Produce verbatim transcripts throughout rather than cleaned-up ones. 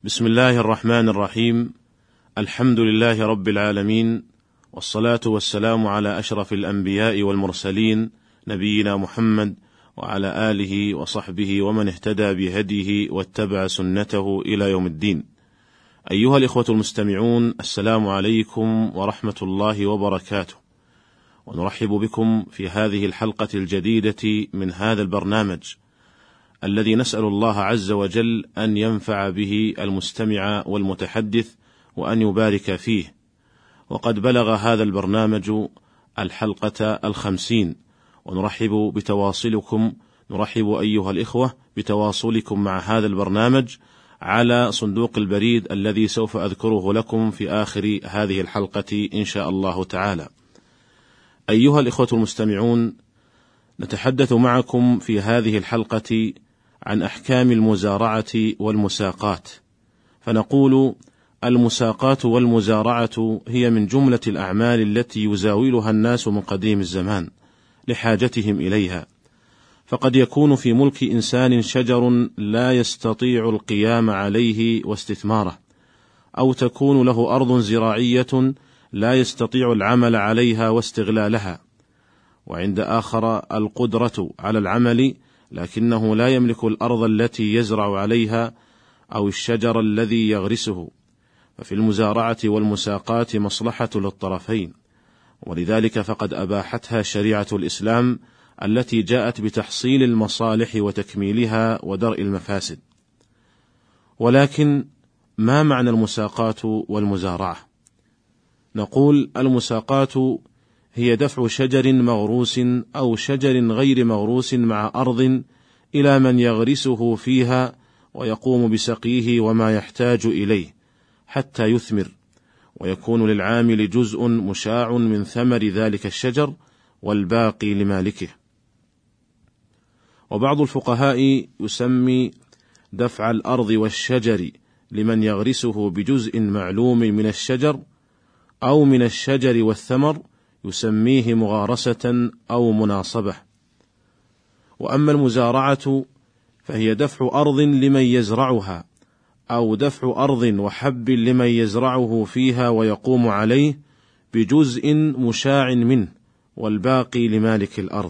بسم الله الرحمن الرحيم. الحمد لله رب العالمين، والصلاة والسلام على أشرف الأنبياء والمرسلين، نبينا محمد وعلى آله وصحبه ومن اهتدى بهديه واتبع سنته إلى يوم الدين. أيها الإخوة المستمعون، السلام عليكم ورحمة الله وبركاته، ونرحب بكم في هذه الحلقة الجديدة من هذا البرنامج الذي نسأل الله عز وجل أن ينفع به المستمع والمتحدث وأن يبارك فيه. وقد بلغ هذا البرنامج الحلقة الخمسين، ونرحب بتواصلكم نرحب أيها الإخوة بتواصلكم مع هذا البرنامج على صندوق البريد الذي سوف أذكره لكم في آخر هذه الحلقة إن شاء الله تعالى. أيها الإخوة المستمعون، نتحدث معكم في هذه الحلقة عن أحكام المزارعة والمساقات، فنقول: المساقات والمزارعة هي من جملة الأعمال التي يزاولها الناس من قديم الزمان لحاجتهم إليها، فقد يكون في ملك إنسان شجر لا يستطيع القيام عليه واستثماره، أو تكون له أرض زراعية لا يستطيع العمل عليها واستغلالها، وعند آخر القدرة على العمل لكنه لا يملك الأرض التي يزرع عليها أو الشجر الذي يغرسه. ففي المزارعة والمساقات مصلحة للطرفين، ولذلك فقد أباحتها شريعة الإسلام التي جاءت بتحصيل المصالح وتكميلها ودرء المفاسد. ولكن ما معنى المساقات والمزارعة؟ نقول: المساقات هي دفع شجر مغروس أو شجر غير مغروس مع أرض إلى من يغرسه فيها ويقوم بسقيه وما يحتاج إليه حتى يثمر، ويكون للعامل جزء مشاع من ثمر ذلك الشجر والباقي لمالكه. وبعض الفقهاء يسمي دفع الأرض والشجر لمن يغرسه بجزء معلوم من الشجر أو من الشجر والثمر يسميه مغارسة أو مناصبة. وأما المزارعة فهي دفع أرض لمن يزرعها، أو دفع أرض وحب لمن يزرعه فيها ويقوم عليه بجزء مشاع منه والباقي لمالك الأرض.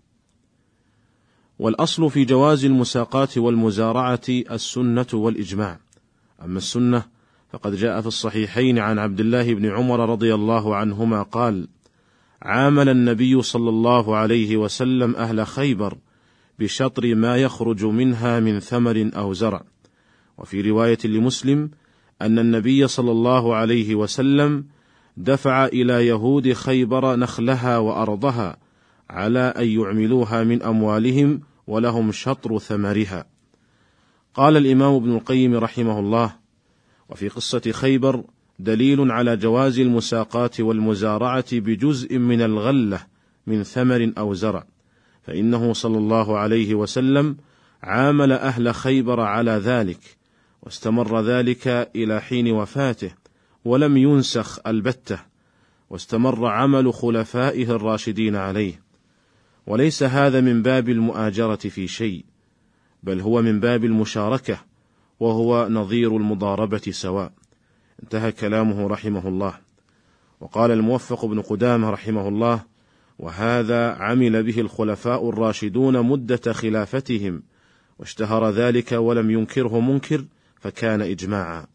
والأصل في جواز المساقات والمزارعة السنة والإجماع. أما السنة فقد جاء في الصحيحين عن عبد الله بن عمر رضي الله عنهما قال: عامل النبي صلى الله عليه وسلم أهل خيبر بشطر ما يخرج منها من ثمر أو زرع. وفي رواية لمسلم أن النبي صلى الله عليه وسلم دفع إلى يهود خيبر نخلها وأرضها على أن يعملوها من أموالهم ولهم شطر ثمرها. قال الإمام ابن القيم رحمه الله: وفي قصة خيبر دليل على جواز المساقات والمزارعة بجزء من الغلة من ثمر أو زرع، فإنه صلى الله عليه وسلم عامل أهل خيبر على ذلك، واستمر ذلك إلى حين وفاته ولم ينسخ البتة، واستمر عمل خلفائه الراشدين عليه. وليس هذا من باب المؤاجرة في شيء، بل هو من باب المشاركة، وهو نظير المضاربة سواء. انتهى كلامه رحمه الله. وقال الموفق بن قدامة رحمه الله: وهذا عمل به الخلفاء الراشدون مدة خلافتهم، واشتهر ذلك ولم ينكره منكر، فكان إجماعا.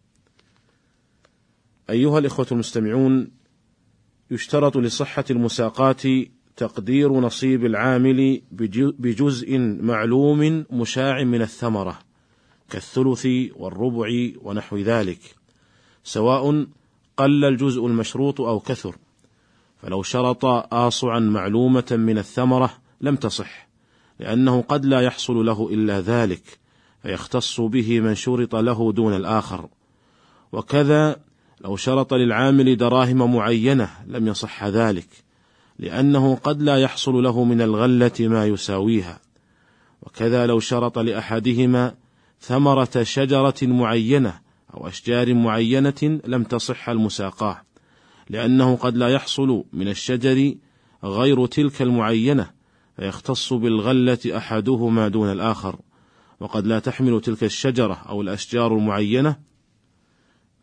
أيها الإخوة المستمعون، يشترط لصحة المساقات تقدير نصيب العامل بجزء معلوم مشاع من الثمرة كالثلث والربع ونحو ذلك، سواء قل الجزء المشروط أو كثر. فلو شرط آصعا معلومة من الثمرة لم تصح، لأنه قد لا يحصل له إلا ذلك، فيختص به من شرط له دون الآخر. وكذا لو شرط للعامل دراهم معينة لم يصح ذلك، لأنه قد لا يحصل له من الغلة ما يساويها. وكذا لو شرط لأحدهما ثمرة شجرة معينة أو أشجار معينة لم تصح المساقاة، لأنه قد لا يحصل من الشجر غير تلك المعينة، فيختص بالغلة أحدهما دون الآخر. وقد لا تحمل تلك الشجرة أو الأشجار المعينة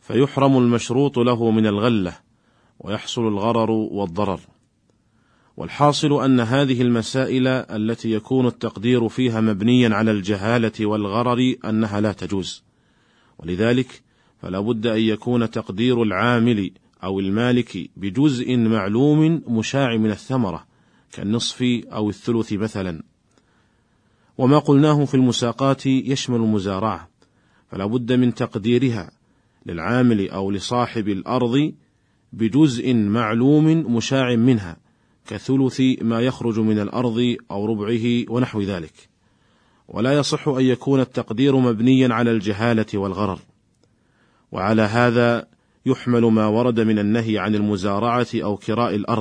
فيحرم المشروط له من الغلة ويحصل الغرر والضرر. والحاصل أن هذه المسائل التي يكون التقدير فيها مبنيا على الجهالة والغرر أنها لا تجوز، ولذلك فلا بد أن يكون تقدير العامل أو المالك بجزء معلوم مشاع من الثمرة كالنصف أو الثلث مثلا. وما قلناه في المساقات يشمل المزارعة، فلا بد من تقديرها للعامل أو لصاحب الأرض بجزء معلوم مشاع منها كثلث ما يخرج من الأرض أو ربعه ونحو ذلك. ولا يصح أن يكون التقدير مبنيا على الجهالة والغرر. وعلى هذا يحمل ما ورد من النهي عن المزارعة أو كراء الأرض.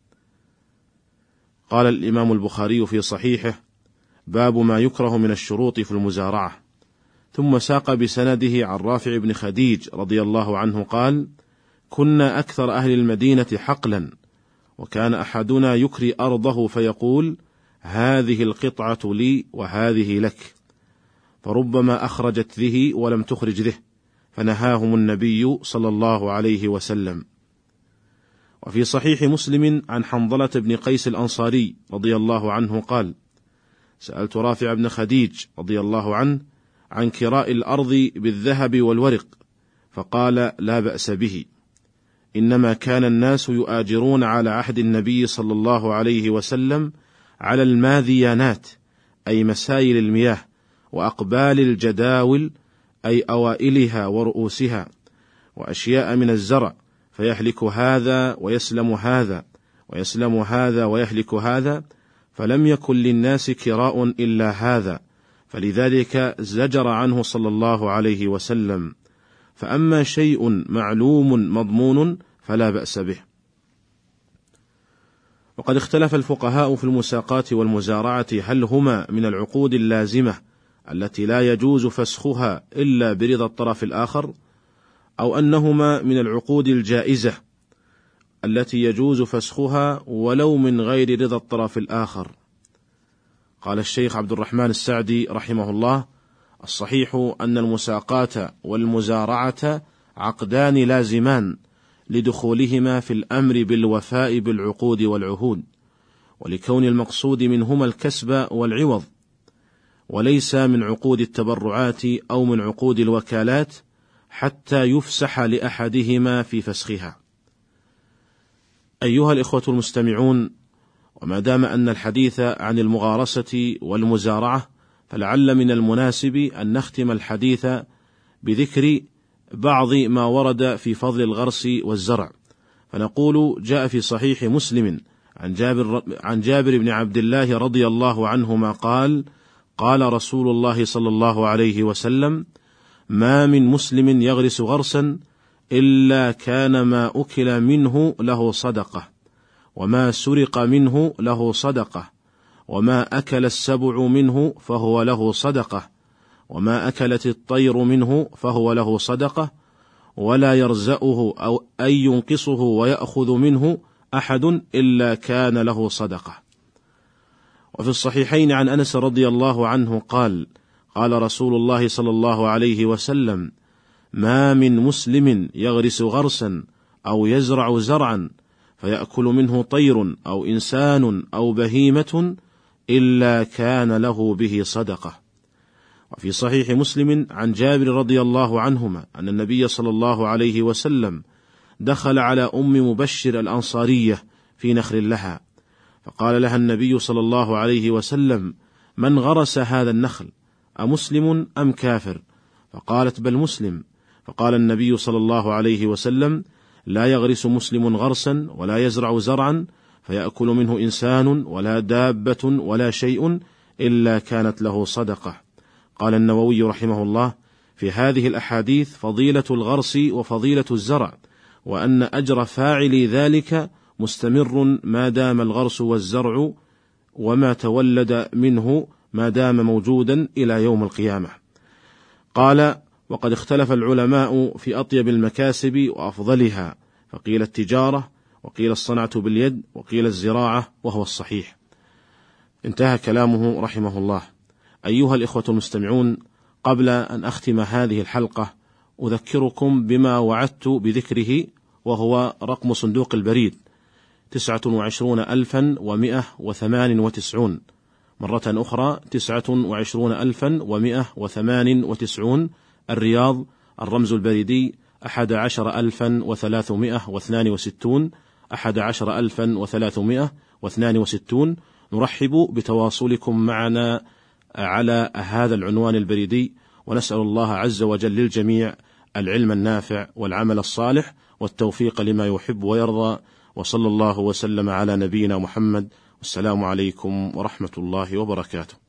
قال الإمام البخاري في صحيحه: باب ما يكره من الشروط في المزارعة. ثم ساق بسنده عن رافع بن خديج رضي الله عنه قال: كنا أكثر أهل المدينة حقلا، وكان أحدنا يكري أرضه فيقول: هذه القطعة لي وهذه لك، فربما أخرجت ذه ولم تخرج ذه، فنهاهم النبي صلى الله عليه وسلم. وفي صحيح مسلم عن حنظلة بن قيس الأنصاري رضي الله عنه قال: سألت رافع بن خديج رضي الله عنه عن كراء الأرض بالذهب والورق، فقال: لا بأس به، إنما كان الناس يؤاجرون على عهد النبي صلى الله عليه وسلم على الماذيانات، أي مسايل المياه، وأقبال الجداول، أي أوائلها ورؤوسها، وأشياء من الزرع، فيهلك هذا ويسلم هذا، ويسلم هذا ويهلك هذا، فلم يكن للناس كراء إلا هذا، فلذلك زجر عنه صلى الله عليه وسلم. فأما شيء معلوم مضمون فلا بأس به. وقد اختلف الفقهاء في المساقات والمزارعة هل هما من العقود اللازمة التي لا يجوز فسخها إلا برضا الطرف الآخر، أو أنهما من العقود الجائزة التي يجوز فسخها ولو من غير رضا الطرف الآخر. قال الشيخ عبد الرحمن السعدي رحمه الله: الصحيح أن المساقات والمزارعة عقدان لازمان لدخولهما في الأمر بالوفاء بالعقود والعهود، ولكون المقصود منهما الكسب والعوض، وليس من عقود التبرعات أو من عقود الوكالات حتى يفسح لأحدهما في فسخها. أيها الإخوة المستمعون، وما دام أن الحديث عن المغارسة والمزارعة، فلعل من المناسب أن نختم الحديث بذكر بعض ما ورد في فضل الغرس والزرع. فنقول: جاء في صحيح مسلم عن جابر, عن جابر بن عبد الله رضي الله عنهما قال: قال رسول الله صلى الله عليه وسلم: ما من مسلم يغرس غرسا إلا كان ما أكل منه له صدقة، وما سرق منه له صدقة، وما أكل السبع منه فهو له صدقة، وما أكلت الطير منه فهو له صدقة، ولا يرزأه أو أن ينقصه ويأخذ منه أحد إلا كان له صدقة. وفي الصحيحين عن أنس رضي الله عنه قال: قال رسول الله صلى الله عليه وسلم: ما من مسلم يغرس غرسا أو يزرع زرعا فيأكل منه طير أو إنسان أو بهيمة إلا كان له به صدقة. وفي صحيح مسلم عن جابر رضي الله عنهما أن النبي صلى الله عليه وسلم دخل على أم مبشر الأنصارية في نخل لها، فقال لها النبي صلى الله عليه وسلم: من غرس هذا النخل، أمسلم أم كافر؟ فقالت: بل مسلم. فقال النبي صلى الله عليه وسلم: لا يغرس مسلم غرسا ولا يزرع زرعا فيأكل منه إنسان ولا دابة ولا شيء إلا كانت له صدقة. قال النووي رحمه الله: في هذه الأحاديث فضيلة الغرس وفضيلة الزرع، وأن أجر فاعل ذلك مستمر ما دام الغرس والزرع وما تولد منه ما دام موجودا إلى يوم القيامة. قال: وقد اختلف العلماء في أطيب المكاسب وأفضلها، فقيل التجارة، وقيل الصنعة باليد، وقيل الزراعة، وهو الصحيح. انتهى كلامه رحمه الله. أيها الإخوة المستمعون، قبل أن أختم هذه الحلقة أذكركم بما وعدت بذكره، وهو رقم صندوق البريد تسعة وعشرون ألفا ومئة وثمان وتسعون، مرة أخرى تسعة وعشرون ألفا ومئة وثمان وتسعون، الرياض. الرمز البريدي أحد عشر ألفا وثلاثمائة واثنان وستون، أحد عشر ألفا وثلاثمائة واثنان وستون. نرحب بتواصلكم معنا على هذا العنوان البريدي، ونسأل الله عز وجل للجميع العلم النافع والعمل الصالح والتوفيق لما يحب ويرضى، وصلى الله وسلم على نبينا محمد، والسلام عليكم ورحمة الله وبركاته.